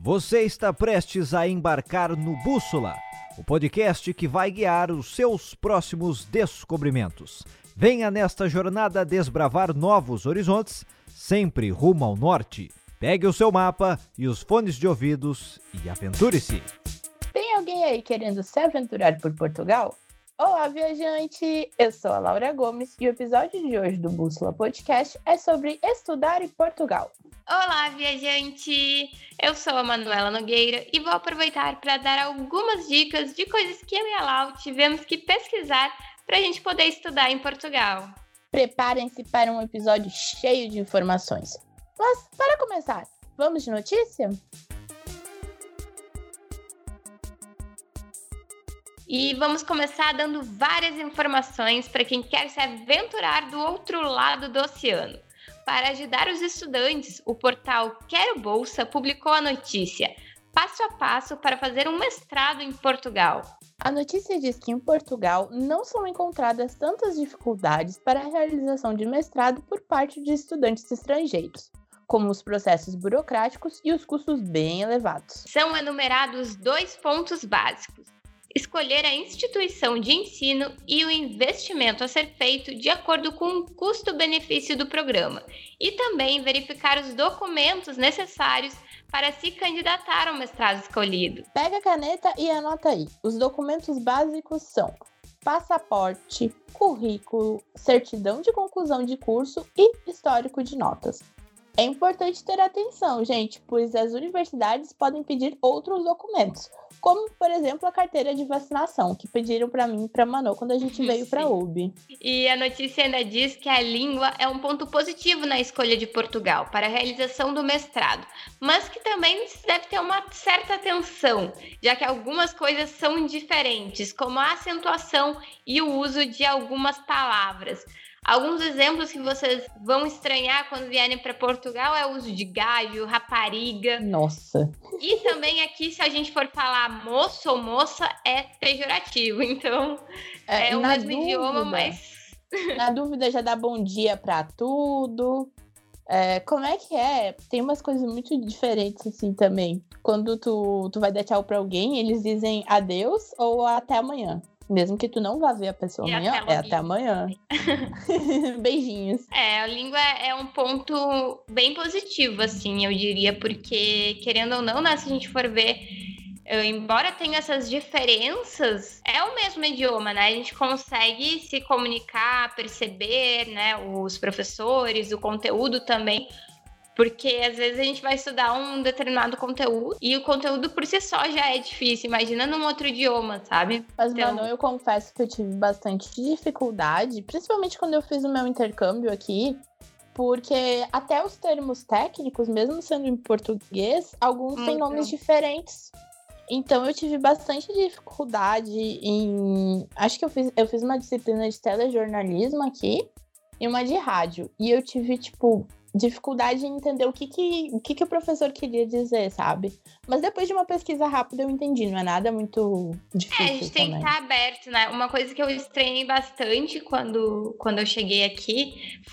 Você está prestes a embarcar no Bússola, o podcast que vai guiar os seus próximos descobrimentos. Venha nesta jornada desbravar novos horizontes, sempre rumo ao norte. Pegue o seu mapa e os fones de ouvidos e aventure-se. Tem alguém aí querendo se aventurar por Portugal? Olá, viajante! Eu sou a Laura Gomes e o episódio de hoje do Bússola Podcast é sobre estudar em Portugal. Olá, viajante! Eu sou a Manuela Nogueira e vou aproveitar para dar algumas dicas de coisas que eu e a Lau tivemos que pesquisar para a gente poder estudar em Portugal. Preparem-se para um episódio cheio de informações. Mas, para começar, vamos de notícia? E vamos começar dando várias informações para quem quer se aventurar do outro lado do oceano. Para ajudar os estudantes, o portal Quero Bolsa publicou a notícia Passo a Passo para fazer um mestrado em Portugal. A notícia diz que em Portugal não são encontradas tantas dificuldades para a realização de mestrado por parte de estudantes estrangeiros, como os processos burocráticos e os custos bem elevados. São enumerados 2 pontos básicos. Escolher a instituição de ensino e o investimento a ser feito de acordo com o custo-benefício do programa, e também verificar os documentos necessários para se candidatar ao mestrado escolhido. Pega a caneta e anota aí. Os documentos básicos são passaporte, currículo, certidão de conclusão de curso e histórico de notas. É importante ter atenção, gente, pois as universidades podem pedir outros documentos, como, por exemplo, a carteira de vacinação, que pediram para mim e para Manu quando a gente veio para a UB. E a notícia ainda diz que a língua é um ponto positivo na escolha de Portugal para a realização do mestrado, mas que também se deve ter uma certa atenção, já que algumas coisas são diferentes, como a acentuação e o uso de algumas palavras. Alguns exemplos que vocês vão estranhar quando vierem para Portugal é o uso de gajo, rapariga. Nossa! E também aqui, se a gente for falar moço ou moça, é pejorativo. Então, é o mesmo idioma, mas... Na dúvida, já dá bom dia para tudo. Como é que é? Tem umas coisas muito diferentes assim também. Quando tu vai dar tchau para alguém, eles dizem adeus ou até amanhã. Mesmo que tu não vá ver a pessoa amanhã, até amanhã. Beijinhos. A língua é um ponto bem positivo, assim, eu diria, porque, querendo ou não, né, se a gente for ver, embora tenha essas diferenças, é o mesmo idioma, né? A gente consegue se comunicar, perceber, né, os professores, o conteúdo também. Porque às vezes a gente vai estudar um determinado conteúdo e o conteúdo por si só já é difícil. Imagina num outro idioma, sabe? Mas, Manu, eu confesso que eu tive bastante dificuldade, principalmente quando eu fiz o meu intercâmbio aqui, porque até os termos técnicos, mesmo sendo em português, alguns têm nomes diferentes. Então eu tive bastante dificuldade em... Acho que eu fiz uma disciplina de telejornalismo aqui e uma de rádio. E eu tive, dificuldade em entender o que o professor queria dizer, sabe? Mas depois de uma pesquisa rápida eu entendi, não é nada muito difícil. A gente tem que estar aberto, né? Uma coisa que eu estranhei bastante quando eu cheguei aqui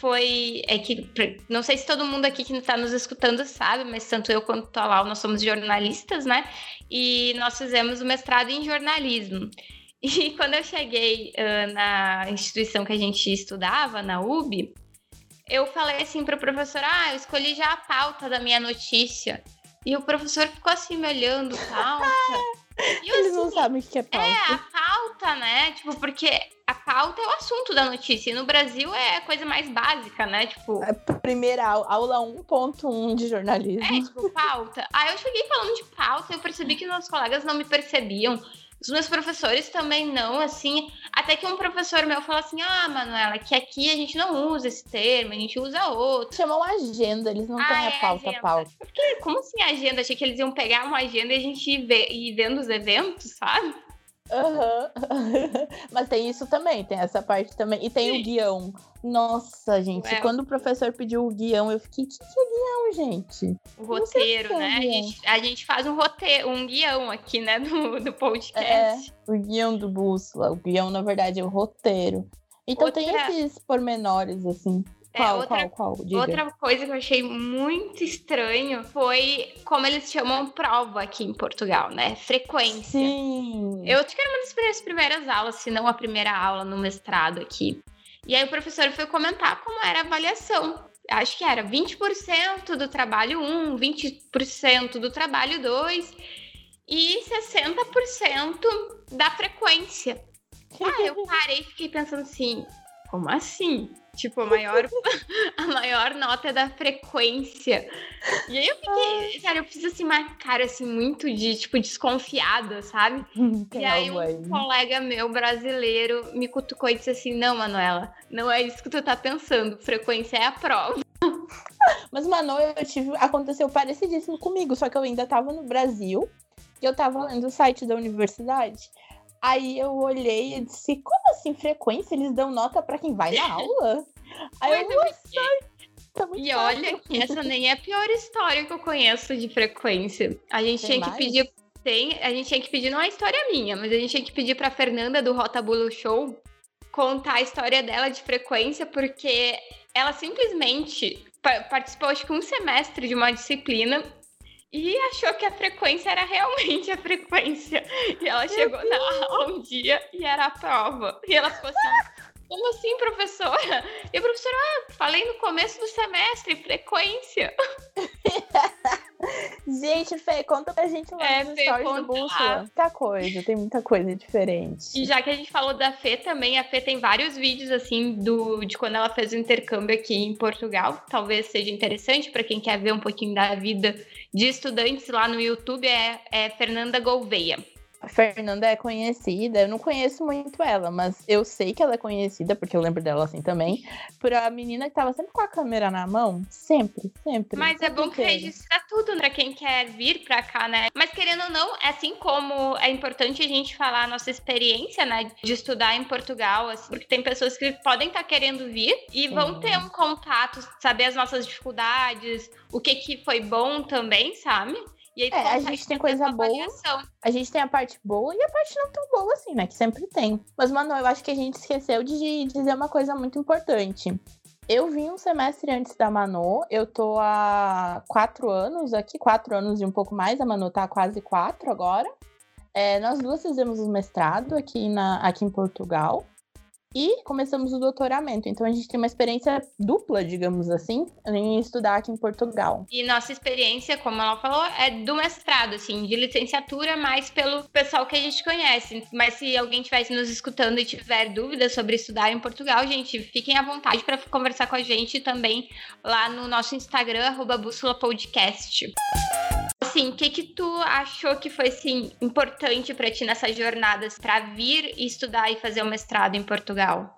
não sei se todo mundo aqui que está nos escutando sabe, mas tanto eu quanto a Lau, nós somos jornalistas, né? E nós fizemos o mestrado em jornalismo. E quando eu cheguei na instituição que a gente estudava, na UB, eu falei assim pro professor, eu escolhi já a pauta da minha notícia. E o professor ficou assim me olhando, pauta. E eles não sabem o que é pauta. A pauta, né? Porque a pauta é o assunto da notícia. E no Brasil é a coisa mais básica, né? Primeira aula 1.1 de jornalismo. Pauta. Aí eu cheguei falando de pauta e eu percebi que meus colegas não me percebiam. Os meus professores também não, assim, até que um professor meu falou assim, Manuela, que aqui a gente não usa esse termo, a gente usa outro. Chamam agenda, eles não têm a pauta. Porque, como assim agenda? Achei que eles iam pegar uma agenda e a gente ir vendo os eventos, sabe? Mas tem isso também, tem essa parte também. E tem o guião. Nossa, gente, quando o professor pediu o guião, eu fiquei, que é guião, gente? O roteiro, né? A gente faz um guião aqui, né, do podcast. O guião do Bússola. O guião, na verdade, é o roteiro. Então tem esses pormenores, assim. Qual? Diga. Outra coisa que eu achei muito estranho foi como eles chamam prova aqui em Portugal, né? Frequência. Sim. Eu acho que era uma das primeiras aulas, se não a primeira aula no mestrado aqui. E aí o professor foi comentar como era a avaliação. Acho que era 20% do trabalho 1, 20% do trabalho 2 e 60% da frequência. Eu parei e fiquei pensando assim, como assim? Tipo, a maior nota é da frequência. E aí eu fiquei, sério, eu fiz assim uma cara assim muito de, tipo, desconfiada, sabe? E aí um colega meu brasileiro me cutucou e disse assim, não, Manuela, não é isso que tu tá pensando, frequência é a prova. Mas, mano, aconteceu parecidíssimo comigo, só que eu ainda tava no Brasil e eu tava lendo o site da universidade. Aí eu olhei e disse, como assim frequência? Eles dão nota pra quem vai na aula? Aí tá muito e olha que essa nem é a pior história que eu conheço de frequência. A gente tinha que pedir... a gente tinha que pedir, não é história minha, mas a gente tinha que pedir pra Fernanda do Rota Bulo Show contar a história dela de frequência, porque ela simplesmente participou, acho que um semestre de uma disciplina e achou que a frequência era realmente a frequência. E ela chegou na aula um dia e era a prova. E ela ficou assim, como assim, professora? E a professora, falei no começo do semestre, frequência. Gente, Fê, conta pra gente lá nos stories do Bússola. Tem muita coisa diferente. E já que a gente falou da Fê também, a Fê tem vários vídeos, assim, de quando ela fez o intercâmbio aqui em Portugal. Talvez seja interessante pra quem quer ver um pouquinho da vida de estudantes lá no YouTube, é Fernanda Gouveia. A Fernanda é conhecida, eu não conheço muito ela, mas eu sei que ela é conhecida, porque eu lembro dela assim também, por a menina que tava sempre com a câmera na mão, sempre. Mas é bom que registra tudo pra quem quer vir pra cá, né? Mas querendo ou não, assim como é importante a gente falar a nossa experiência, né, de estudar em Portugal, assim, porque tem pessoas que podem estar querendo vir e vão ter um contato, saber as nossas dificuldades, o que foi bom também, sabe? E aí, a gente tem coisa boa, a gente tem a parte boa e a parte não tão boa assim, né? Que sempre tem. Mas, mano, eu acho que a gente esqueceu de dizer uma coisa muito importante. Eu vim um semestre antes da Manu, eu tô há 4 anos aqui, 4 anos e um pouco mais, a Manu tá há quase 4 agora. Nós duas fizemos o mestrado aqui em Portugal. E começamos o doutoramento, então a gente tem uma experiência dupla, digamos assim, em estudar aqui em Portugal. E nossa experiência, como ela falou, é do mestrado, assim, de licenciatura, mais pelo pessoal que a gente conhece. Mas se alguém estivesse nos escutando e tiver dúvidas sobre estudar em Portugal, gente, fiquem à vontade para conversar com a gente também lá no nosso Instagram, @BússolaPodcast. Assim, o que tu achou que foi, assim, importante pra ti nessas jornadas pra vir e estudar e fazer o mestrado em Portugal?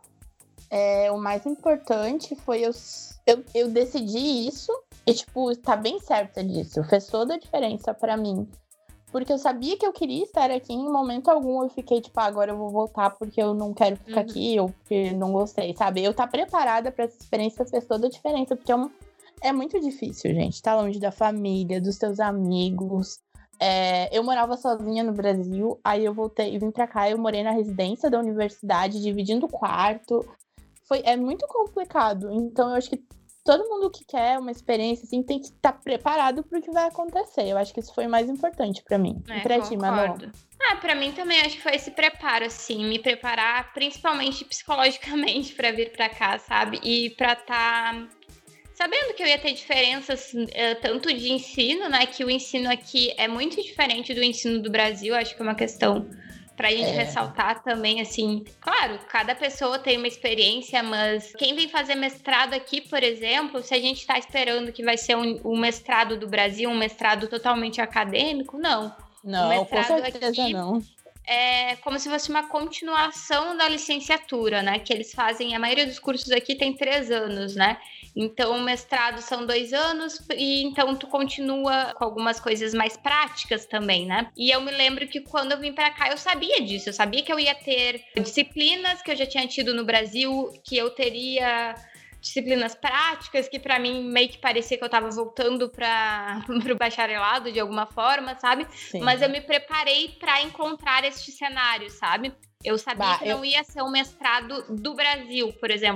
O mais importante foi eu decidi isso e, tipo, tá bem certa disso. Fez toda a diferença pra mim. Porque eu sabia que eu queria estar aqui, em momento algum eu fiquei, tipo, agora eu vou voltar porque eu não quero ficar aqui ou porque não gostei, sabe? Eu tá preparada pra essa experiência fez toda a diferença, porque é muito difícil, gente, tá longe da família, dos teus amigos. Eu morava sozinha no Brasil, aí eu voltei e vim pra cá, eu morei na residência da universidade, dividindo quarto. É muito complicado, então eu acho que todo mundo que quer uma experiência assim tem que estar preparado pro que vai acontecer. Eu acho que isso foi o mais importante pra mim. E pra ti, Manu? Pra mim também acho que foi esse preparo, assim, me preparar principalmente psicologicamente pra vir pra cá, sabe? E pra estar sabendo que eu ia ter diferenças tanto de ensino, né? Que o ensino aqui é muito diferente do ensino do Brasil. Acho que é uma questão pra gente ressaltar também, assim. Claro, cada pessoa tem uma experiência, mas quem vem fazer mestrado aqui, por exemplo, se a gente tá esperando que vai ser um mestrado do Brasil, um mestrado totalmente acadêmico, não. Não, com certeza aqui, não. É como se fosse uma continuação da licenciatura, né? Que eles fazem, a maioria dos cursos aqui tem 3 anos, né? Então, o mestrado são 2 anos e então tu continua com algumas coisas mais práticas também, né? E eu me lembro que quando eu vim pra cá, eu sabia disso. Eu sabia que eu ia ter disciplinas que eu já tinha tido no Brasil, que eu teria disciplinas práticas, que pra mim meio que parecia que eu tava voltando pro bacharelado de alguma forma, sabe? Sim. Mas eu me preparei pra encontrar este cenário, sabe? Eu sabia que não ia ser um mestrado do Brasil, por exemplo.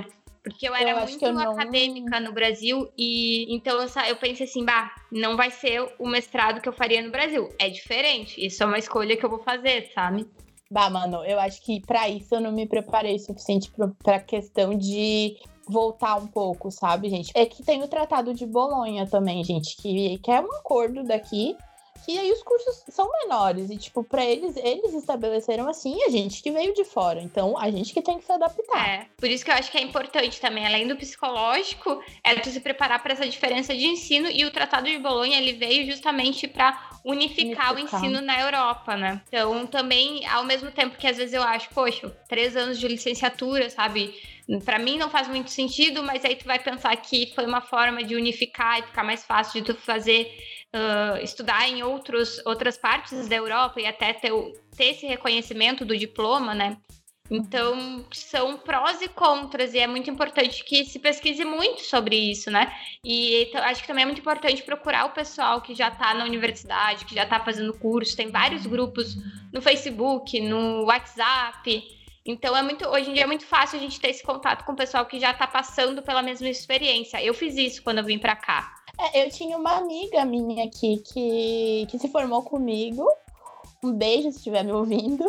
Porque eu era muito acadêmica no Brasil e então eu pensei assim, não vai ser o mestrado que eu faria no Brasil. É diferente, isso é uma escolha que eu vou fazer, sabe? Mano, eu acho que pra isso eu não me preparei o suficiente pra questão de voltar um pouco, sabe, gente? É que tem o Tratado de Bolonha também, gente, que é um acordo daqui, que aí os cursos são menores. E, tipo, pra eles estabeleceram assim, a gente que veio de fora. Então, a gente que tem que se adaptar. Por isso que eu acho que é importante também, além do psicológico, tu se preparar para essa diferença de ensino. E o Tratado de Bolonha, ele veio justamente para unificar o ensino na Europa, né? Então, também, ao mesmo tempo que às vezes eu acho, poxa, 3 anos de licenciatura, sabe? Pra mim não faz muito sentido, mas aí tu vai pensar que foi uma forma de unificar e ficar mais fácil de tu fazer, estudar em outras partes da Europa e até ter esse reconhecimento do diploma, né? Então, são prós e contras, e é muito importante que se pesquise muito sobre isso, né? E acho que também é muito importante procurar o pessoal que já está na universidade, que já está fazendo curso. Tem vários grupos no Facebook, no WhatsApp. Então, hoje em dia é muito fácil a gente ter esse contato com o pessoal que já está passando pela mesma experiência. Eu fiz isso quando eu vim para cá. Eu tinha uma amiga minha aqui que se formou comigo. Um beijo se estiver me ouvindo.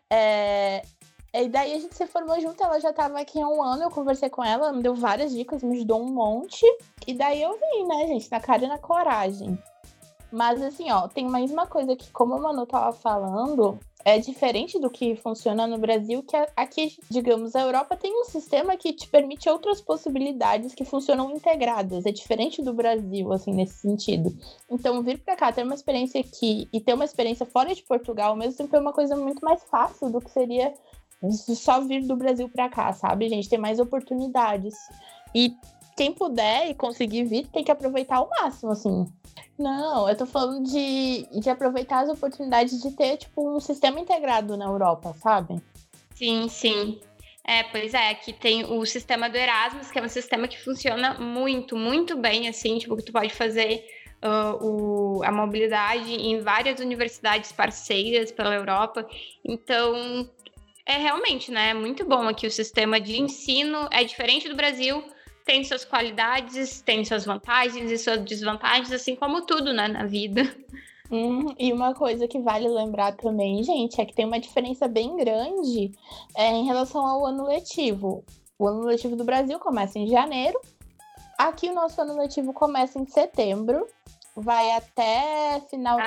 E daí a gente se formou junto, ela já estava aqui há 1 ano, eu conversei com ela, me deu várias dicas, me ajudou um monte. E daí eu vim, né, gente, na cara e na coragem. Mas assim, tem mais uma coisa que, como a Manu tava falando, é diferente do que funciona no Brasil, que aqui, digamos, a Europa tem um sistema que te permite outras possibilidades que funcionam integradas. É diferente do Brasil, assim, nesse sentido. Então, vir pra cá, ter uma experiência aqui e ter uma experiência fora de Portugal, ao mesmo tempo, é uma coisa muito mais fácil do que seria só vir do Brasil pra cá, sabe, gente? Tem mais oportunidades. E quem puder e conseguir vir, tem que aproveitar ao máximo, assim. Não, eu tô falando de aproveitar as oportunidades de ter, tipo, um sistema integrado na Europa, sabe? Sim, sim. Pois é, aqui tem o sistema do Erasmus, que é um sistema que funciona muito, muito bem, assim, tipo, que tu pode fazer a mobilidade em várias universidades parceiras pela Europa. Então, realmente, né, muito bom aqui o sistema de ensino, é diferente do Brasil, tem suas qualidades, tem suas vantagens e suas desvantagens, assim como tudo, né, na vida. E uma coisa que vale lembrar também, gente, é que tem uma diferença bem grande em relação ao ano letivo. O ano letivo do Brasil começa em janeiro, aqui o nosso ano letivo começa em setembro, vai até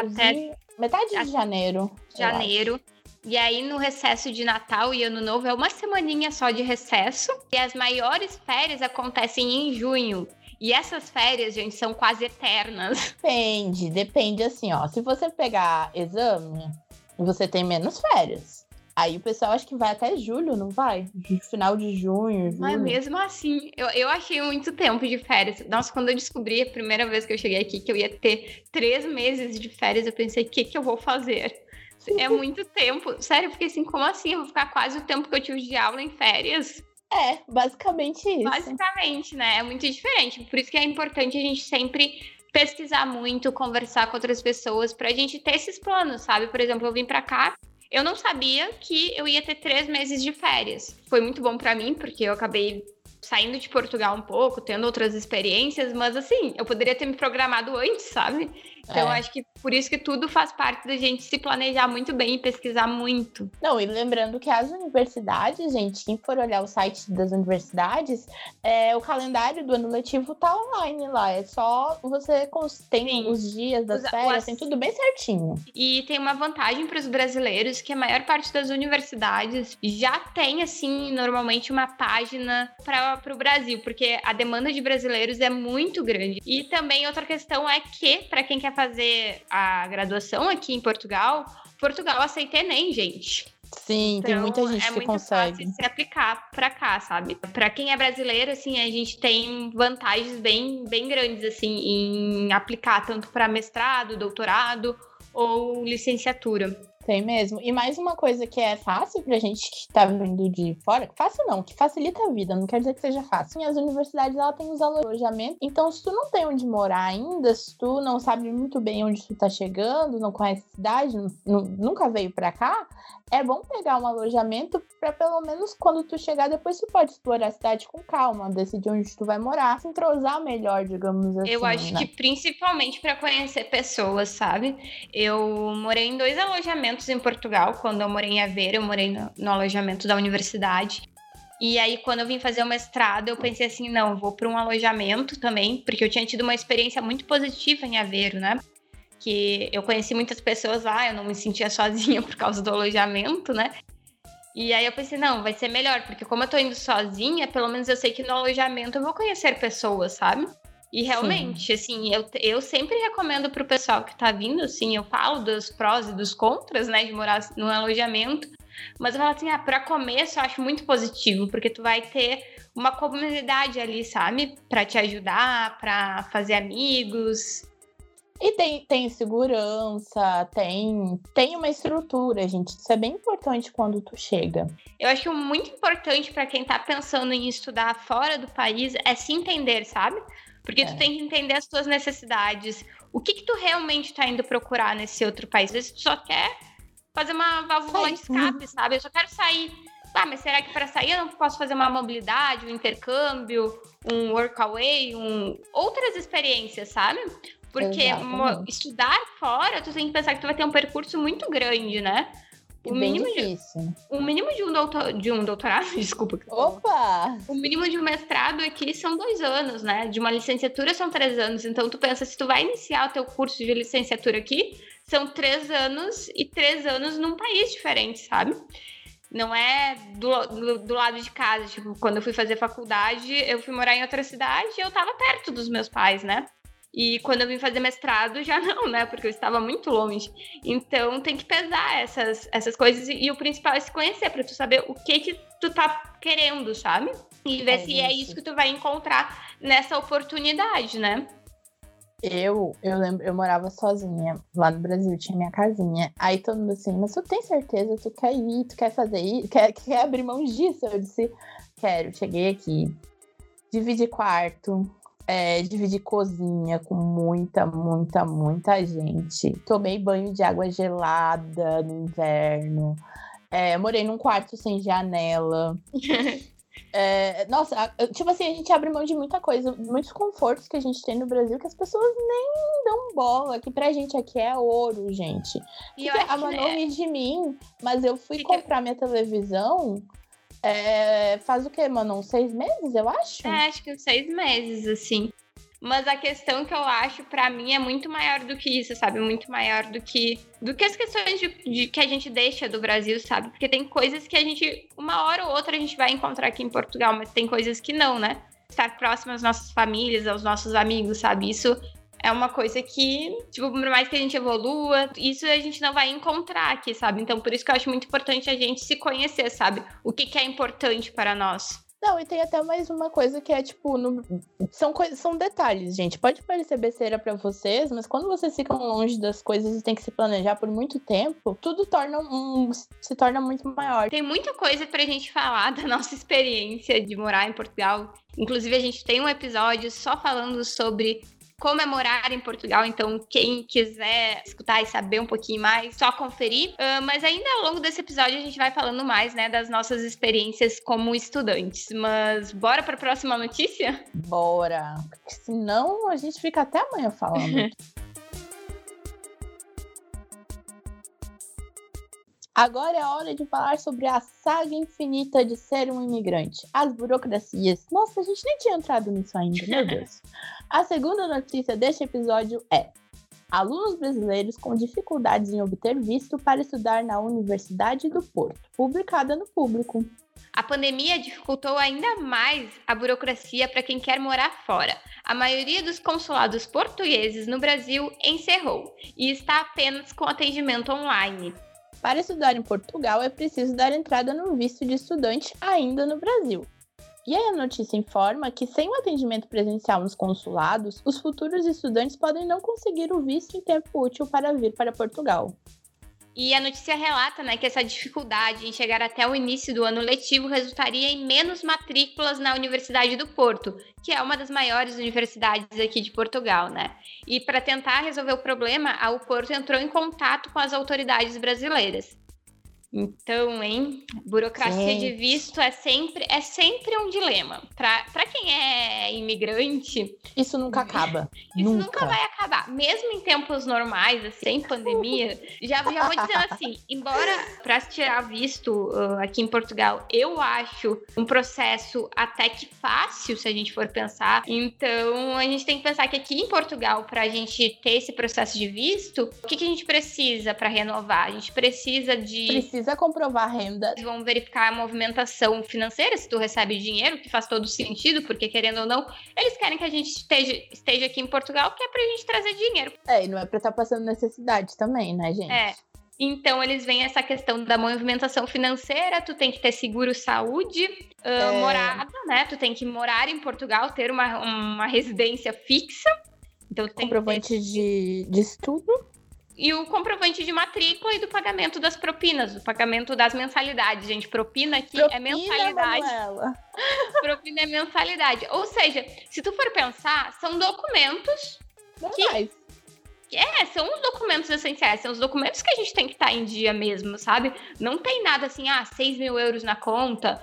metade de janeiro. Janeiro. E aí, no recesso de Natal e Ano Novo, é uma semaninha só de recesso. E as maiores férias acontecem em junho. E essas férias, gente, são quase eternas. Depende assim, se você pegar exame, você tem menos férias. Aí o pessoal acho que vai até julho, não vai? Final de junho, julho. Mas mesmo assim, eu achei muito tempo de férias. Nossa, quando eu descobri a primeira vez que eu cheguei aqui que eu ia ter 3 meses de férias, eu pensei, o que eu vou fazer? É muito tempo. Sério, eu fiquei assim, como assim? Eu vou ficar quase o tempo que eu tive de aula em férias? Basicamente isso. Basicamente, né? É muito diferente. Por isso que é importante a gente sempre pesquisar muito, conversar com outras pessoas, pra gente ter esses planos, sabe? Por exemplo, eu vim pra cá, eu não sabia que eu ia ter 3 meses de férias. Foi muito bom pra mim, porque eu acabei saindo de Portugal um pouco, tendo outras experiências, mas assim, eu poderia ter me programado antes, sabe? Então, acho que por isso que tudo faz parte da gente se planejar muito bem e pesquisar muito. Não, e lembrando que as universidades, gente, quem for olhar o site das universidades, o calendário do ano letivo tá online lá. É só você tem os dias das férias, tem tudo bem certinho. E tem uma vantagem para os brasileiros, que a maior parte das universidades já tem, assim, normalmente uma página para o Brasil, porque a demanda de brasileiros é muito grande. E também outra questão é que, para quem quer fazer a graduação aqui em Portugal aceita Enem, gente. Sim, então, tem muita gente que consegue. É muito fácil se aplicar pra cá, sabe? Pra quem é brasileiro, assim, a gente tem vantagens bem, bem grandes, assim, em aplicar tanto pra mestrado, doutorado ou licenciatura. Tem mesmo. E mais uma coisa que é fácil pra gente que tá vindo de fora, fácil não, que facilita a vida, não quer dizer que seja fácil. E as universidades, ela tem os alojamentos, então se tu não tem onde morar ainda, se tu não sabe muito bem onde tu tá chegando, não conhece a cidade, nunca veio pra cá, é bom pegar um alojamento pra pelo menos quando tu chegar, depois tu pode explorar a cidade com calma, decidir onde tu vai morar, se entrosar melhor, digamos assim. Eu acho que principalmente pra conhecer pessoas, sabe? Eu morei em 2 alojamentos em Portugal. Quando eu morei em Aveiro, eu morei no alojamento da universidade. E aí, quando eu vim fazer o mestrado, eu pensei assim, não, vou para um alojamento também, porque eu tinha tido uma experiência muito positiva em Aveiro, né? Que eu conheci muitas pessoas lá, eu não me sentia sozinha por causa do alojamento, né? E aí eu pensei, não, vai ser melhor, porque como eu tô indo sozinha, pelo menos eu sei que no alojamento eu vou conhecer pessoas, sabe? E realmente, assim, eu sempre recomendo pro pessoal que tá vindo, assim, eu falo dos prós e dos contras, né, de morar no alojamento, mas eu falo assim, pra começo eu acho muito positivo, porque tu vai ter uma comunidade ali, sabe, pra te ajudar, pra fazer amigos. E tem segurança, tem uma estrutura, gente. Isso é bem importante quando tu chega. Eu acho que muito importante pra quem tá pensando em estudar fora do país é se entender, sabe? Porque tu tem que entender as tuas necessidades. O que tu realmente tá indo procurar nesse outro país? Às vezes tu só quer fazer uma válvula de escape, sabe? Eu só quero sair. Ah, mas será que para sair eu não posso fazer uma mobilidade, um intercâmbio, um workaway, outras experiências, sabe? Porque estudar fora, tu tem que pensar que tu vai ter um percurso muito grande, né? O mínimo de um doutorado, desculpa. Opa! O mínimo de um mestrado aqui são 2 anos, né? De uma licenciatura são 3 anos. Então, tu pensa, se tu vai iniciar o teu curso de licenciatura aqui, são 3 anos e 3 anos num país diferente, sabe? Não é do lado de casa. Tipo, quando eu fui fazer faculdade, eu fui morar em outra cidade e eu tava perto dos meus pais, né? E quando eu vim fazer mestrado, já não, né? Porque eu estava muito longe. Então, tem que pesar essas coisas. E o principal é se conhecer, pra tu saber o que tu tá querendo, sabe? E ver se é isso que tu vai encontrar nessa oportunidade, né? Eu lembro, eu morava sozinha lá no Brasil, tinha minha casinha. Aí todo mundo assim, mas tu tem certeza? Tu quer ir? Tu quer fazer isso? Quer abrir mão disso? Eu disse, quero. Cheguei aqui, dividi quarto, dividi cozinha com muita gente. Tomei banho de água gelada no inverno. Morei num quarto sem janela. Nossa, tipo assim, a gente abre mão de muita coisa, muitos confortos que a gente tem no Brasil que as pessoas nem dão bola, que pra gente aqui é ouro, gente. E a Manu ri de mim, mas eu fui comprar minha televisão faz o quê, Manu? 6 meses, eu acho? Acho que 6 meses, assim. Mas a questão que eu acho, pra mim, é muito maior do que isso, sabe? Muito maior do que as questões de que a gente deixa do Brasil, sabe? Porque tem coisas que a gente, uma hora ou outra, a gente vai encontrar aqui em Portugal, mas tem coisas que não, né? Estar próximo às nossas famílias, aos nossos amigos, sabe? Isso é uma coisa que, tipo, por mais que a gente evolua, isso a gente não vai encontrar aqui, sabe? Então, por isso que eu acho muito importante a gente se conhecer, sabe? O que é importante para nós. Não, e tem até mais uma coisa que é, tipo, são detalhes, gente. Pode parecer besteira pra vocês, mas quando vocês ficam longe das coisas e tem que se planejar por muito tempo, tudo se torna muito maior. Tem muita coisa pra gente falar da nossa experiência de morar em Portugal. Inclusive, a gente tem um episódio só falando sobre como é morar em Portugal, então quem quiser escutar e saber um pouquinho mais, só conferir. Mas ainda ao longo desse episódio a gente vai falando mais, né, das nossas experiências como estudantes. Mas bora para a próxima notícia? Bora, porque senão a gente fica até amanhã falando. Agora é a hora de falar sobre a saga infinita de ser um imigrante. As burocracias. Nossa, a gente nem tinha entrado nisso ainda, meu Deus. A segunda notícia deste episódio é: alunos brasileiros com dificuldades em obter visto para estudar na Universidade do Porto, publicada no Público. A pandemia dificultou ainda mais a burocracia para quem quer morar fora. A maioria dos consulados portugueses no Brasil encerrou e está apenas com atendimento online. Para estudar em Portugal, é preciso dar entrada no visto de estudante ainda no Brasil. E aí a notícia informa que, sem o atendimento presencial nos consulados, os futuros estudantes podem não conseguir o visto em tempo útil para vir para Portugal. E a notícia relata, né, que essa dificuldade em chegar até o início do ano letivo resultaria em menos matrículas na Universidade do Porto, que é uma das maiores universidades aqui de Portugal, né? E para tentar resolver o problema, o Porto entrou em contato com as autoridades brasileiras. Então, burocracia de visto é sempre um dilema. Para quem é imigrante... Isso nunca acaba. Isso nunca vai acabar. Mesmo em tempos normais, sem pandemia, já vou dizendo assim, embora para se tirar visto aqui em Portugal, eu acho um processo até que fácil, se a gente for pensar. Então, a gente tem que pensar que aqui em Portugal, para a gente ter esse processo de visto, o que a gente precisa para renovar? A gente precisa comprovar a renda. Vão verificar a movimentação financeira, se tu recebe dinheiro, que faz todo sentido, porque querendo ou não, eles querem que a gente esteja aqui em Portugal, que é pra gente trazer dinheiro. E não é pra estar passando necessidade também, né, gente? Então, eles veem essa questão da movimentação financeira, tu tem que ter seguro-saúde, morada, né? Tu tem que morar em Portugal, ter uma residência fixa. Então, tu tem comprovante de estudo. E o comprovante de matrícula e do pagamento das propinas, do pagamento das mensalidades, gente. Propina aqui é mensalidade. Manuela. Propina é mensalidade. Ou seja, se tu for pensar, são documentos são os documentos essenciais, são os documentos que a gente tem que estar em dia mesmo, sabe? Não tem nada assim, 6 mil euros na conta.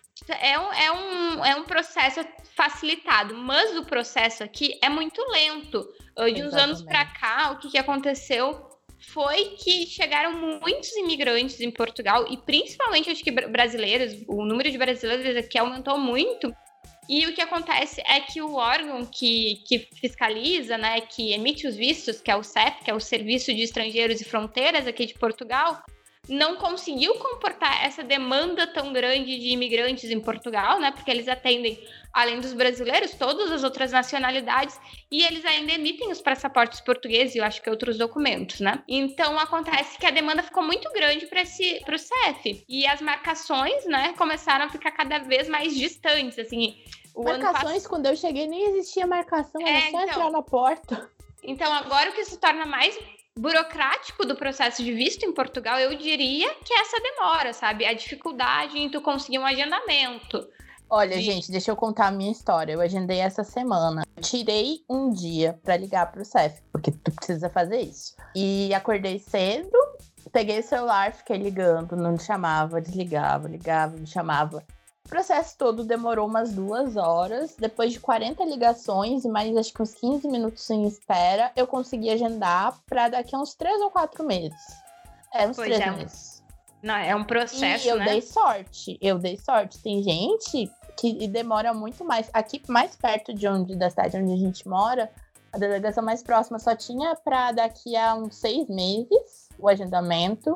É um processo facilitado, mas o processo aqui é muito lento. De uns anos para cá, o que aconteceu foi que chegaram muitos imigrantes em Portugal, e principalmente, acho que brasileiros, o número de brasileiros aqui aumentou muito. E o que acontece é que o órgão que fiscaliza, né, que emite os vistos, que é o SEF, que é o Serviço de Estrangeiros e Fronteiras aqui de Portugal, não conseguiu comportar essa demanda tão grande de imigrantes em Portugal, né? Porque eles atendem, além dos brasileiros, todas as outras nacionalidades, e eles ainda emitem os passaportes portugueses e eu acho que outros documentos, né? Então acontece que a demanda ficou muito grande para o CEF, e as marcações, né, começaram a ficar cada vez mais distantes, assim. Marcações, quando eu cheguei, nem existia marcação, era só entrar na porta. Então agora o que se torna mais burocrático do processo de visto em Portugal, eu diria que essa demora, sabe? A dificuldade em tu conseguir um agendamento. Olha, gente, deixa eu contar a minha história. Eu agendei essa semana. Tirei um dia pra ligar pro CEF, porque tu precisa fazer isso. E acordei cedo, peguei o celular, fiquei ligando, não chamava, desligava, ligava, não chamava. O processo todo demorou umas 2 horas. Depois de 40 ligações e mais acho que uns 15 minutos em espera, eu consegui agendar para daqui a uns 3 ou 4 meses. Uns 3 meses. Não, é um processo, e eu dei sorte. Tem gente que demora muito mais. Aqui, mais perto da cidade onde a gente mora, a delegação mais próxima só tinha para daqui a uns 6 meses o agendamento.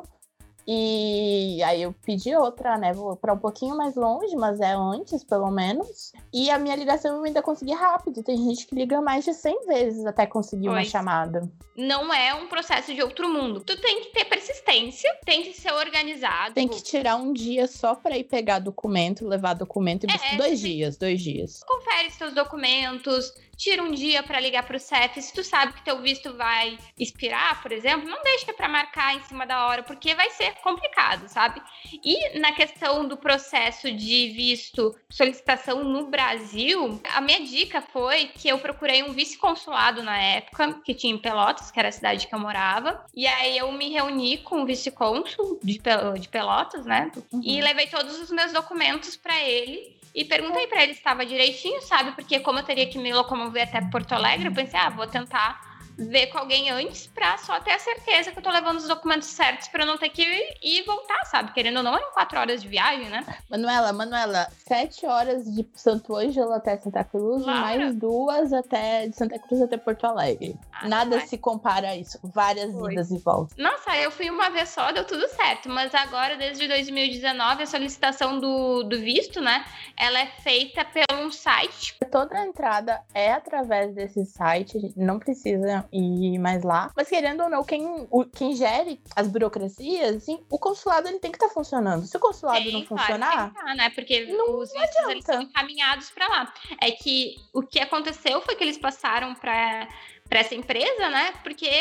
E aí eu pedi outra, né? Vou para um pouquinho mais longe, mas é antes, pelo menos. E a minha ligação eu ainda consegui rápido. Tem gente que liga mais de 100 vezes até conseguir uma chamada. Não é um processo de outro mundo. Tu tem que ter persistência, tem que ser organizado. Tem que tirar um dia só para ir pegar documento, levar documento e buscar 2 dias. Confere seus documentos, tira um dia para ligar pro CEF. Se tu sabe que teu visto vai expirar, por exemplo, não deixa para marcar em cima da hora, porque vai ser complicado, sabe? E na questão do processo de visto, solicitação no Brasil, a minha dica foi que eu procurei um vice-consulado na época, que tinha em Pelotas, que era a cidade que eu morava, e aí eu me reuni com o vice-cônsul de Pelotas, né? E levei todos os meus documentos para ele. E perguntei pra ele se estava direitinho, sabe? Porque como eu teria que me locomover até Porto Alegre, eu pensei, vou tentar ver com alguém antes pra só ter a certeza que eu tô levando os documentos certos pra eu não ter que ir e voltar, sabe? Querendo ou não, eram 4 horas de viagem, né? Manuela, 7 horas de Santo Ângelo até Santa Cruz, mais 2 de Santa Cruz até Porto Alegre. Nada se compara a isso. Várias idas e voltas. Nossa, eu fui uma vez só, deu tudo certo. Mas agora, desde 2019, a solicitação do visto, né? Ela é feita por um site. Toda a entrada é através desse site. A gente não precisa ir mais lá. Mas querendo ou não, quem gere as burocracias, assim, o consulado ele tem que estar funcionando. Se o consulado não funcionar... Tem que né? Porque os vistos eles são encaminhados para lá. É que o que aconteceu foi que eles passaram para essa empresa, né? Porque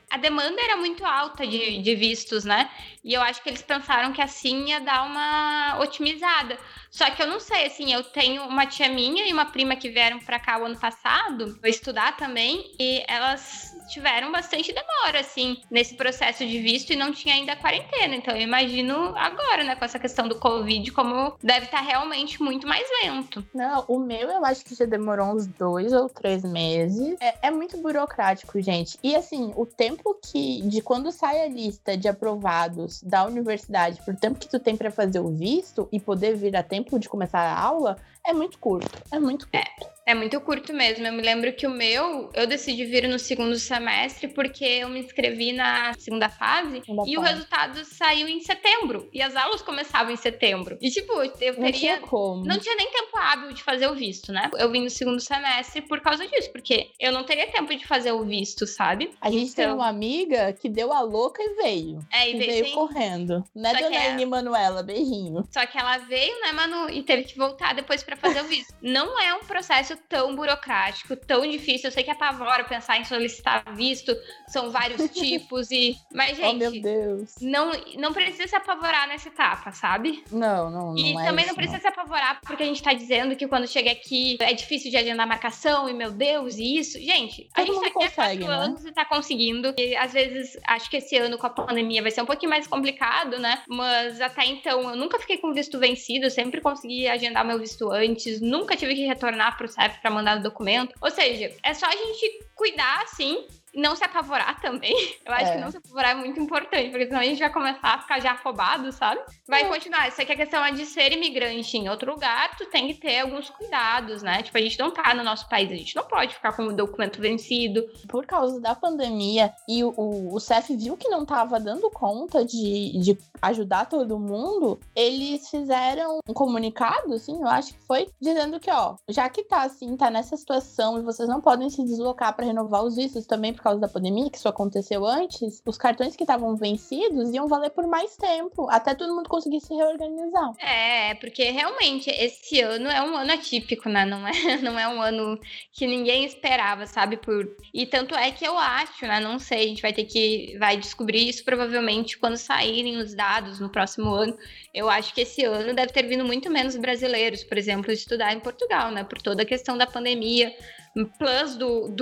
a demanda era muito alta de vistos, né? E eu acho que eles pensaram que assim ia dar uma otimizada. Só que eu não sei, assim, eu tenho uma tia minha e uma prima que vieram pra cá o ano passado, pra estudar também, e elas tiveram bastante demora, assim, nesse processo de visto e não tinha ainda a quarentena. Então eu imagino agora, né, com essa questão do Covid, como deve estar realmente muito mais lento. Não, o meu eu acho que já demorou uns 2 ou 3 meses. É muito burocrático, gente. E assim, o tempo de quando sai a lista de aprovados da universidade, por tempo que tu tem pra fazer o visto e poder vir a tempo de começar a aula, é muito curto. É muito curto. É muito curto mesmo. Eu me lembro que eu decidi vir no segundo semestre porque eu me inscrevi na segunda fase e o resultado saiu em setembro. E as aulas começavam em setembro. E tipo, eu teria... Não tinha nem tempo hábil de fazer o visto, né? Eu vim no segundo semestre por causa disso, porque eu não teria tempo de fazer o visto, sabe? A gente tem uma amiga que deu a louca e veio. E veio correndo. Né, dona Ine Manuela? Beijinho. Só que ela veio, né, Manu? E teve que voltar depois pra fazer o visto. Não é um processo tão burocrático, tão difícil. Eu sei que apavora pensar em solicitar visto, são vários tipos mas, gente, oh, meu Deus. Não precisa se apavorar nessa etapa, sabe? Não E também não precisa se apavorar porque a gente tá dizendo que quando chega aqui é difícil de agendar marcação e, meu Deus, e isso. Gente, a gente tá aqui há 4 anos e tá conseguindo. E, às vezes, acho que esse ano com a pandemia vai ser um pouquinho mais complicado, né? Mas até então, eu nunca fiquei com visto vencido, eu sempre consegui agendar meu visto antes, nunca tive que retornar pro CEF pra mandar o documento. Ou seja, é só a gente cuidar, assim, e não se apavorar também. Eu acho que não se apavorar é muito importante, porque senão a gente vai começar a ficar já afobado, sabe? Vai continuar. Isso aqui a questão é de ser imigrante em outro lugar, tu tem que ter alguns cuidados, né? Tipo, a gente não tá no nosso país, a gente não pode ficar com o documento vencido. Por causa da pandemia, e o CEF viu que não tava dando conta de ajudar todo mundo, eles fizeram um comunicado, assim, eu acho que foi, dizendo que, ó, já que tá assim, tá nessa situação e vocês não podem se deslocar pra renovar os vistos também por causa da pandemia, que isso aconteceu antes, os cartões que estavam vencidos iam valer por mais tempo, até todo mundo conseguir se reorganizar. Porque realmente esse ano é um ano atípico, né? Não é um ano que ninguém esperava, sabe? E tanto é que eu acho, né? Não sei, a gente vai descobrir isso provavelmente quando saírem os dados no próximo ano. Eu acho que esse ano deve ter vindo muito menos brasileiros, por exemplo, estudar em Portugal, né? Por toda a questão da pandemia, plus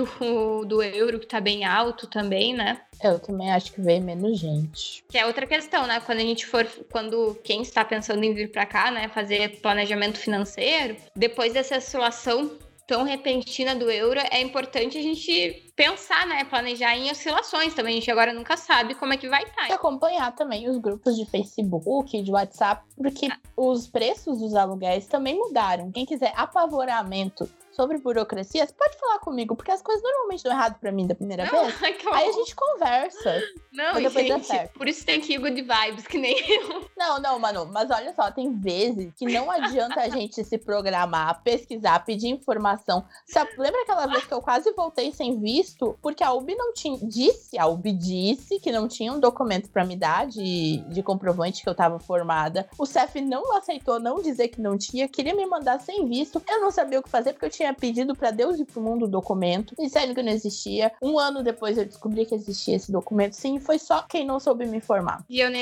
do euro, que tá bem alto também, né? Eu também acho que veio menos gente. Que é outra questão, né? Quando quem está pensando em vir pra cá, né, fazer planejamento financeiro, depois dessa oscilação tão repentina do euro, é importante a gente pensar, né, planejar em oscilações também. A gente agora nunca sabe como é que vai estar. E acompanhar também os grupos de Facebook, de WhatsApp, porque os preços dos aluguéis também mudaram. Quem quiser apavoramento sobre burocracia, você pode falar comigo, porque as coisas normalmente dão errado pra mim da primeira vez. Aí a gente conversa. Não, gente, por isso tem que ir good vibes, que nem eu. Não, Manu, mas olha só, tem vezes que não adianta a gente se programar, pesquisar, pedir informação. Lembra aquela vez que eu quase voltei sem visto? Porque a UB não tinha... A UB disse que não tinha um documento pra me dar de comprovante que eu tava formada. O CEF não aceitou não dizer que não tinha, queria me mandar sem visto. Eu não sabia o que fazer, porque eu tinha pedido pra Deus e pro mundo o documento, disseram que não existia. 1 ano depois eu descobri que existia esse documento, sim, foi só quem não soube me informar. E eu nem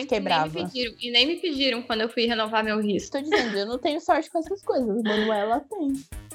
me pediram quando eu fui renovar meu visto. Tô dizendo, eu não tenho sorte com essas coisas, Manuela tem.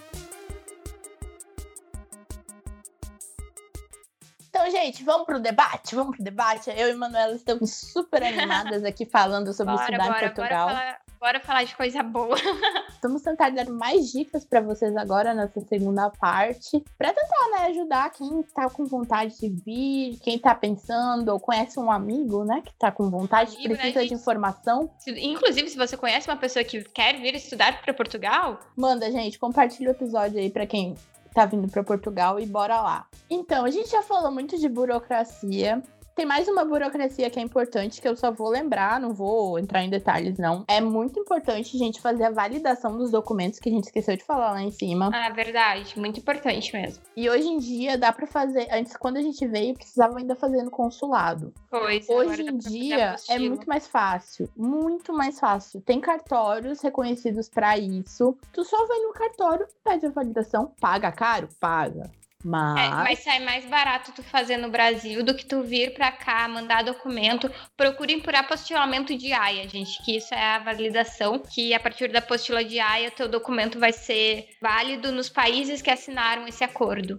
Então, gente, vamos pro debate? Eu e Manuela estamos super animadas aqui falando sobre estudar em Portugal. Bora falar de coisa boa. Vamos tentar dar mais dicas para vocês agora nessa segunda parte, para tentar, né, ajudar quem tá com vontade de vir, quem tá pensando ou conhece um amigo, né, que tá com vontade, precisa de informação. Inclusive, se você conhece uma pessoa que quer vir estudar para Portugal, manda, gente, compartilha o episódio aí para quem tá vindo para Portugal e bora lá. Então, a gente já falou muito de burocracia. Tem mais uma burocracia que é importante, que eu só vou lembrar, não vou entrar em detalhes, não. É muito importante, gente, fazer a validação dos documentos, que a gente esqueceu de falar lá em cima. Ah, verdade. Muito importante mesmo. E hoje em dia dá pra fazer... Antes, quando a gente veio, precisava ainda fazer no consulado. Pois, hoje em dia é muito mais fácil. Muito mais fácil. Tem cartórios reconhecidos pra isso. Tu só vai no cartório, pede a validação, paga caro? Paga. Mas sai mais barato tu fazer no Brasil do que tu vir pra cá, mandar documento. Procurem por apostilamento de AIA, gente, que isso é a validação, que a partir da apostila de AIA, teu documento vai ser válido nos países que assinaram esse acordo.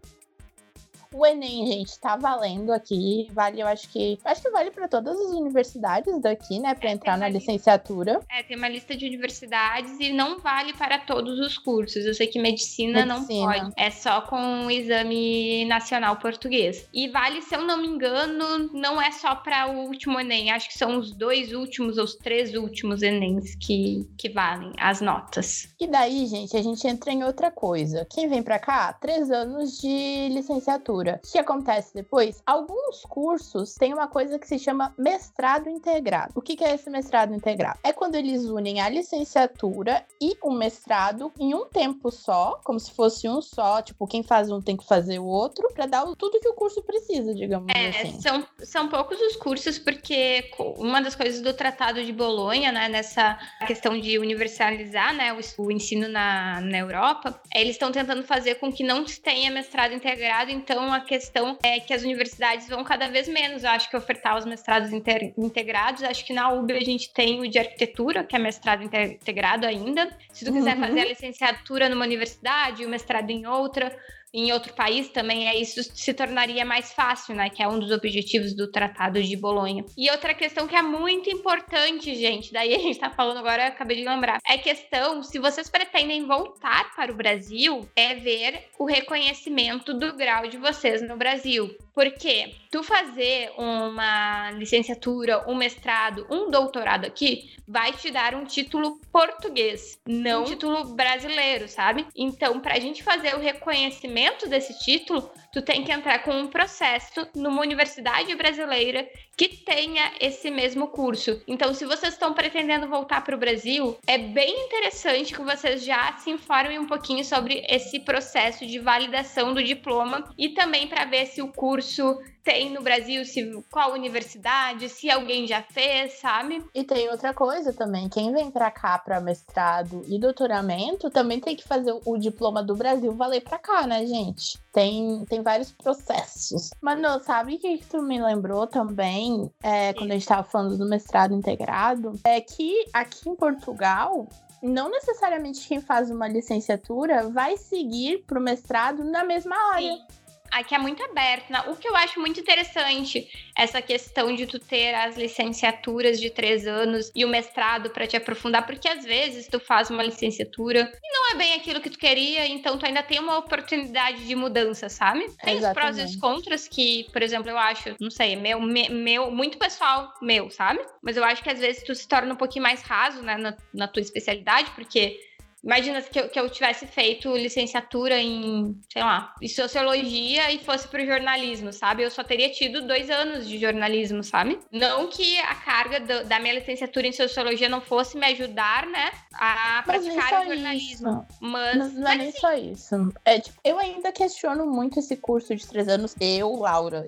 O Enem, gente, tá valendo aqui. Vale, eu acho que vale para todas as universidades daqui, né? Para entrar na licenciatura. Tem uma lista de universidades e não vale para todos os cursos. Eu sei que medicina não pode. É só com o exame nacional português. E vale, se eu não me engano, não é só para o último Enem. Acho que são os 2 últimos ou os 3 últimos Enems que valem as notas. E daí, gente, a gente entra em outra coisa. Quem vem para cá, 3 anos de licenciatura. O que acontece depois? Alguns cursos têm uma coisa que se chama mestrado integrado. O que é esse mestrado integrado? É quando eles unem a licenciatura e o mestrado em um tempo só, como se fosse um só, tipo, quem faz um tem que fazer o outro, para dar tudo que o curso precisa, digamos assim. São poucos os cursos, porque uma das coisas do Tratado de Bolonha, né, nessa questão de universalizar, né, o ensino na Europa, eles estão tentando fazer com que não tenha mestrado integrado, então a questão é que as universidades vão cada vez menos, eu acho, que ofertar os mestrados integrados. Acho que na UB a gente tem o de arquitetura, que é mestrado integrado ainda. Se tu quiser fazer a licenciatura numa universidade e o mestrado em outra, em outro país também, isso se tornaria mais fácil, né? Que é um dos objetivos do Tratado de Bolonha. E outra questão que é muito importante, gente, daí a gente tá falando agora, acabei de lembrar, é questão, se vocês pretendem voltar para o Brasil, é ver o reconhecimento do grau de vocês no Brasil. Porque tu fazer uma licenciatura, um mestrado, um doutorado aqui, vai te dar um título português, não um título brasileiro, sabe? Então, pra gente fazer o reconhecimento desse título, tu tem que entrar com um processo numa universidade brasileira que tenha esse mesmo curso. Então, se vocês estão pretendendo voltar para o Brasil, é bem interessante que vocês já se informem um pouquinho sobre esse processo de validação do diploma e também para ver se o curso tem no Brasil, qual universidade, se alguém já fez, sabe? E tem outra coisa também, quem vem pra cá pra mestrado e doutoramento também tem que fazer o diploma do Brasil valer pra cá, né, gente? Tem vários processos. Mano, sabe o que tu me lembrou também, quando a gente tava falando do mestrado integrado? É que aqui em Portugal, não necessariamente quem faz uma licenciatura vai seguir pro mestrado na mesma área. Sim. Aqui é muito aberto, né? O que eu acho muito interessante, essa questão de tu ter as licenciaturas de 3 anos e o mestrado para te aprofundar, porque às vezes tu faz uma licenciatura e não é bem aquilo que tu queria, então tu ainda tem uma oportunidade de mudança, sabe? Tem os prós e os contras que, por exemplo, eu acho, não sei, meu muito pessoal meu, sabe? Mas eu acho que às vezes tu se torna um pouquinho mais raso, né, na tua especialidade, porque imagina que eu tivesse feito licenciatura em, sei lá, em sociologia e fosse pro jornalismo, sabe? Eu só teria tido 2 anos de jornalismo, sabe? Não que a carga da minha licenciatura em sociologia não fosse me ajudar, né, a praticar o jornalismo. Mas não é nem só isso. Tipo, eu ainda questiono muito esse curso de 3 anos. Laura.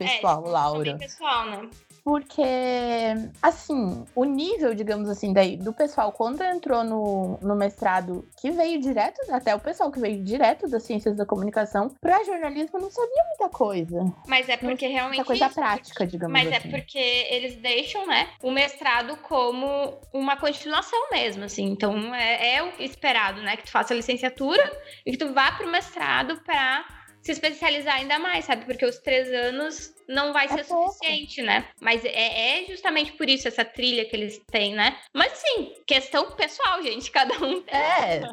Laura. Também pessoal, né? Porque, assim, o nível, digamos assim, do pessoal, quando entrou no mestrado, que veio direto, até o pessoal que veio direto das ciências da comunicação, pra jornalismo não sabia muita coisa. Mas é porque realmente... Muita coisa prática, digamos assim. Mas é porque eles deixam, né, o mestrado como uma continuação mesmo, assim. Então, é o esperado, né, que tu faça a licenciatura e que tu vá pro mestrado pra se especializar ainda mais, sabe? Porque os 3 anos não vai ser suficiente, né? Mas é justamente por isso essa trilha que eles têm, né? Mas sim, questão pessoal, gente, cada um tem.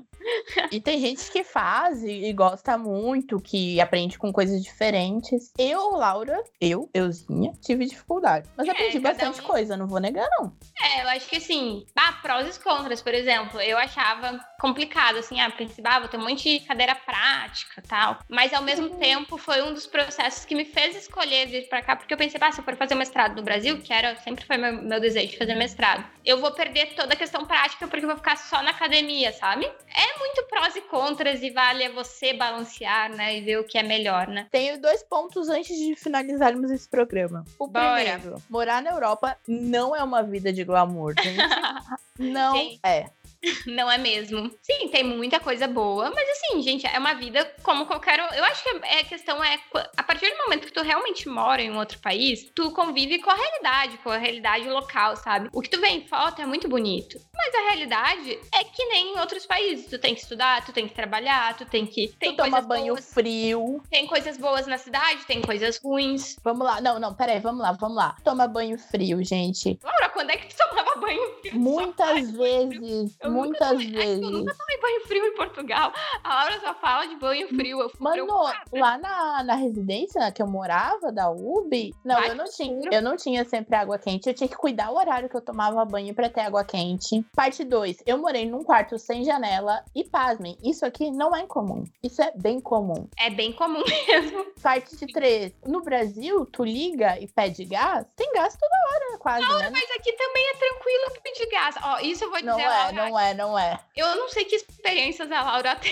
E tem gente que faz e gosta muito, que aprende com coisas diferentes. Laura, euzinha, tive dificuldade. Mas aprendi bastante coisa, não vou negar, não. Eu acho que assim, prós e contras, por exemplo, eu achava complicado, assim, vou ter um monte de cadeira prática e tal. Mas ao mesmo tempo foi um dos processos que me fez escolher vir pra cá, porque eu pensei, se eu for fazer mestrado no Brasil, que sempre foi meu desejo de fazer mestrado, eu vou perder toda a questão prática porque eu vou ficar só na academia, sabe? É muito prós e contras e vale você balancear, né, e ver o que é melhor, né? Tenho 2 pontos antes de finalizarmos esse programa. O primeiro, morar na Europa não é uma vida de glamour, gente. Não é. Não é mesmo? Sim, tem muita coisa boa, mas assim, gente, é uma vida como qualquer... Eu acho que a questão é, a partir do momento que tu realmente mora em um outro país, tu convive com a realidade local, sabe? O que tu vê em foto é muito bonito, mas a realidade é que nem em outros países. Tu tem que estudar, tu tem que trabalhar, tu tem que... Tu toma banho frio. Tem coisas boas na cidade, tem coisas ruins. Vamos lá. Não, peraí, vamos lá. Toma banho frio, gente. Laura, quando é que tu tomava banho frio? Muitas vezes. Eu nunca tomei banho frio em Portugal. A Laura só fala de banho frio. Eu Mano, lá na residência que eu morava, da UB, eu não tinha sempre água quente. Eu tinha que cuidar o horário que eu tomava banho pra ter água quente. Parte 2. Eu morei num quarto sem janela e, pasmem, isso aqui não é incomum. Isso é bem comum. É bem comum mesmo. Parte 3. No Brasil, tu liga e pede gás, tem gás toda hora, quase, Laura, né? mas aqui também é tranquilo pedir gás. Ó, isso eu vou dizer, Laura. Não é. Eu não sei que experiências a Laura tem.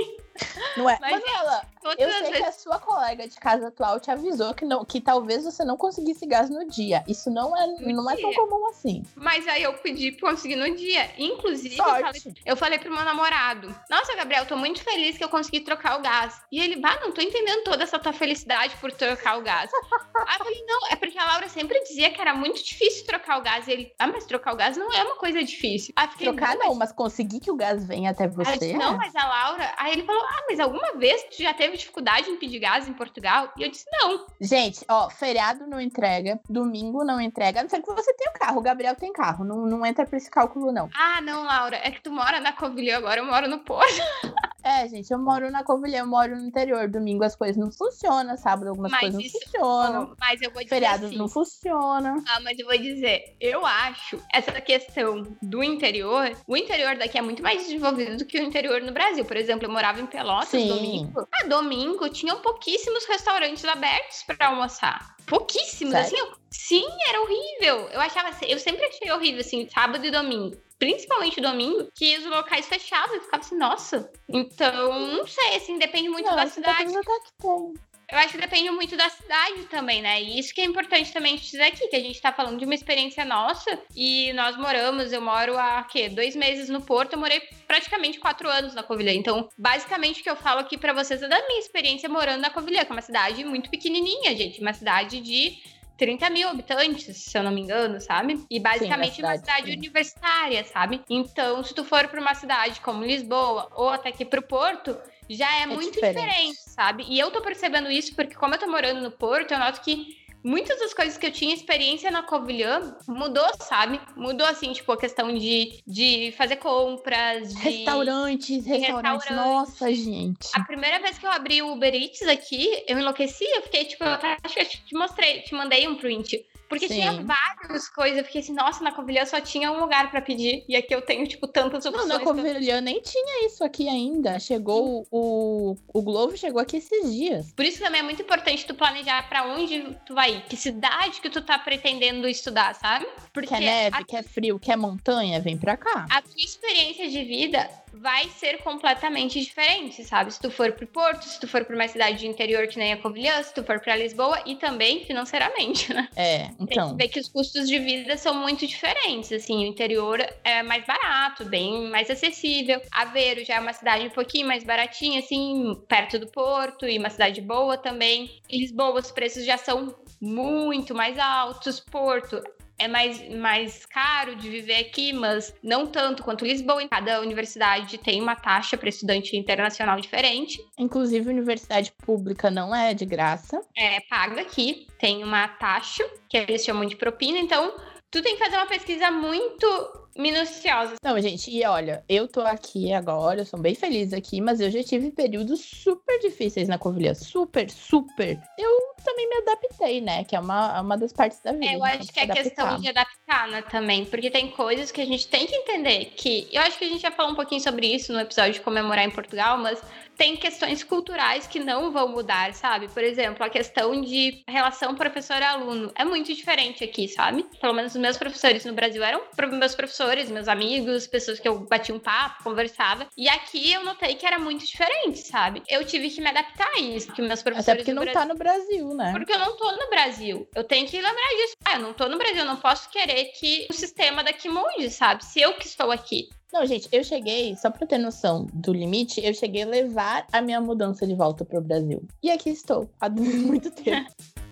Não é. Mas, Manuela, eu sei que a sua colega de casa atual te avisou que talvez você não conseguisse gás no dia. Isso não é tão comum assim. Mas aí eu pedi pra conseguir no dia. Inclusive, eu falei pro meu namorado: nossa, Gabriel, tô muito feliz que eu consegui trocar o gás. E ele, não tô entendendo toda essa tua felicidade por trocar o gás. Aí eu falei, não, é porque a Laura sempre dizia que era muito difícil trocar o gás. E ele, mas trocar o gás não é uma coisa difícil. Aí eu fiquei, mas conseguir que o gás venha até você. Aí eu disse, não, mas a Laura... Aí ele falou, mas alguma vez tu já teve dificuldade em pedir gás em Portugal? E eu disse, não. Gente, feriado não entrega, domingo não entrega, a não ser que você tenha carro. O Gabriel tem carro, não entra pra esse cálculo, não. Ah, não, Laura, é que tu mora na Covilhã, agora eu moro no Porto. Gente, eu moro na Covilhã, eu moro no interior. Domingo as coisas não funcionam, sábado algumas coisas não funcionam. Mas eu vou dizer feriados assim, não funcionam. Mas eu vou dizer, eu acho essa questão do interior, o interior daqui é muito mais desenvolvido do que o interior no Brasil. Por exemplo, eu morava em Pelotas. Sim. Domingo tinham pouquíssimos restaurantes abertos pra almoçar. Pouquíssimos, sério? assim. Sim, era horrível. Eu sempre achei horrível, assim, sábado e domingo. Principalmente domingo, que os locais fechavam e ficava assim, nossa. Então, não sei, assim, depende muito da cidade. Eu acho que depende muito da cidade também, né? E isso que é importante também dizer aqui, que a gente tá falando de uma experiência nossa e eu moro há, 2 meses no Porto, eu morei praticamente 4 anos na Covilhã. Então, basicamente, o que eu falo aqui pra vocês é da minha experiência morando na Covilhã, que é uma cidade muito pequenininha, gente. Uma cidade de 30 mil habitantes, se eu não me engano, sabe? E basicamente uma cidade universitária, sabe? Então, se tu for pra uma cidade como Lisboa ou até aqui pro Porto, já é muito diferente, sabe? E eu tô percebendo isso porque, como eu tô morando no Porto, eu noto que muitas das coisas que eu tinha experiência na Covilhã mudou, sabe? Mudou, assim, tipo, a questão de fazer compras, de... Restaurantes. Nossa, gente. A primeira vez que eu abri o Uber Eats aqui, eu enlouqueci. Eu fiquei, tipo, acho que eu te mandei um print. Porque tinha várias coisas. Eu fiquei assim, nossa, na Covilhã só tinha um lugar pra pedir. E aqui eu tenho, tipo, tantas opções. Não, na Covilhã nem tinha isso aqui ainda. Chegou, o Glovo chegou aqui esses dias. Por isso também é muito importante tu planejar pra onde tu vai ir. Que cidade que tu tá pretendendo estudar, sabe? Porque quer neve, quer frio, quer montanha, vem pra cá. A tua experiência de vida vai ser completamente diferente, sabe? Se tu for pro Porto, se tu for pra uma cidade de interior que nem a Covilhã, se tu for pra Lisboa e também financeiramente, né? Então. Tem que ver que os custos de vida são muito diferentes, assim, o interior é mais barato, bem mais acessível. Aveiro já é uma cidade um pouquinho mais baratinha, assim, perto do Porto, e uma cidade boa também. Em Lisboa os preços já são muito mais altos. Porto é mais caro de viver aqui, mas não tanto quanto Lisboa. Cada universidade tem uma taxa para estudante internacional diferente. Inclusive, universidade pública não é de graça. Paga aqui. Tem uma taxa, que eles chamam de propina. Então, tu tem que fazer uma pesquisa muito minuciosa. Não, gente, e olha, eu tô aqui agora, eu sou bem feliz aqui, mas eu já tive períodos super difíceis na Covilhã. Super. Eu também me adaptei, né? Que é uma das partes da vida. Eu acho que é questão de adaptar, né, também. Porque tem coisas que a gente tem que entender. Que eu acho que a gente já falou um pouquinho sobre isso no episódio de como é morar em Portugal, mas tem questões culturais que não vão mudar, sabe? Por exemplo, a questão de relação professor-aluno é muito diferente aqui, sabe? Pelo menos os meus professores no Brasil eram meus professores, meus amigos, pessoas que eu batia um papo, conversava. E aqui eu notei que era muito diferente, sabe? Eu tive que me adaptar a isso, que meus professores... Até porque não tá no Brasil, né? Porque eu não tô no Brasil. Eu tenho que lembrar disso. Eu não tô no Brasil, eu não posso querer que o sistema daqui mude, sabe? Se eu que estou aqui. Não, gente, eu cheguei, só pra ter noção do limite, eu cheguei a levar a minha mudança de volta pro Brasil. E aqui estou, há muito tempo.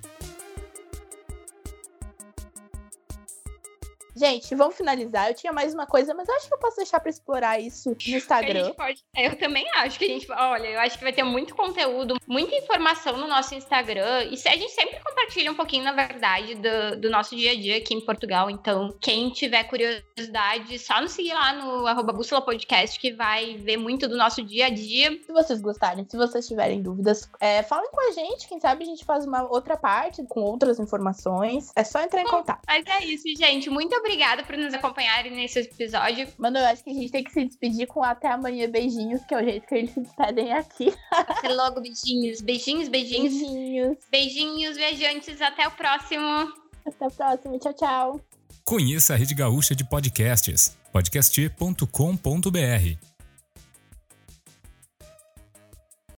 Gente, vamos finalizar. Eu tinha mais uma coisa, mas eu acho que eu posso deixar pra explorar isso no Instagram. Eu também acho que a gente... Olha, eu acho que vai ter muito conteúdo, muita informação no nosso Instagram. E a gente sempre compartilha um pouquinho, na verdade, do nosso dia a dia aqui em Portugal. Então, quem tiver curiosidade, só nos seguir lá no @Bússola Podcast, que vai ver muito do nosso dia a dia. Se vocês gostarem, se vocês tiverem dúvidas, falem com a gente. Quem sabe a gente faz uma outra parte com outras informações. É só entrar em contato. Mas é isso, gente. Muito obrigada por nos acompanharem nesse episódio. Mano, eu acho que a gente tem que se despedir com até amanhã, beijinhos, que é o jeito que eles se despedem aqui. Até logo, beijinhos. Beijinhos, beijinhos. Beijinhos. Beijinhos, viajantes. Até o próximo. Até o próximo. Tchau, tchau. Conheça a Rede Gaúcha de Podcasts. podcast.com.br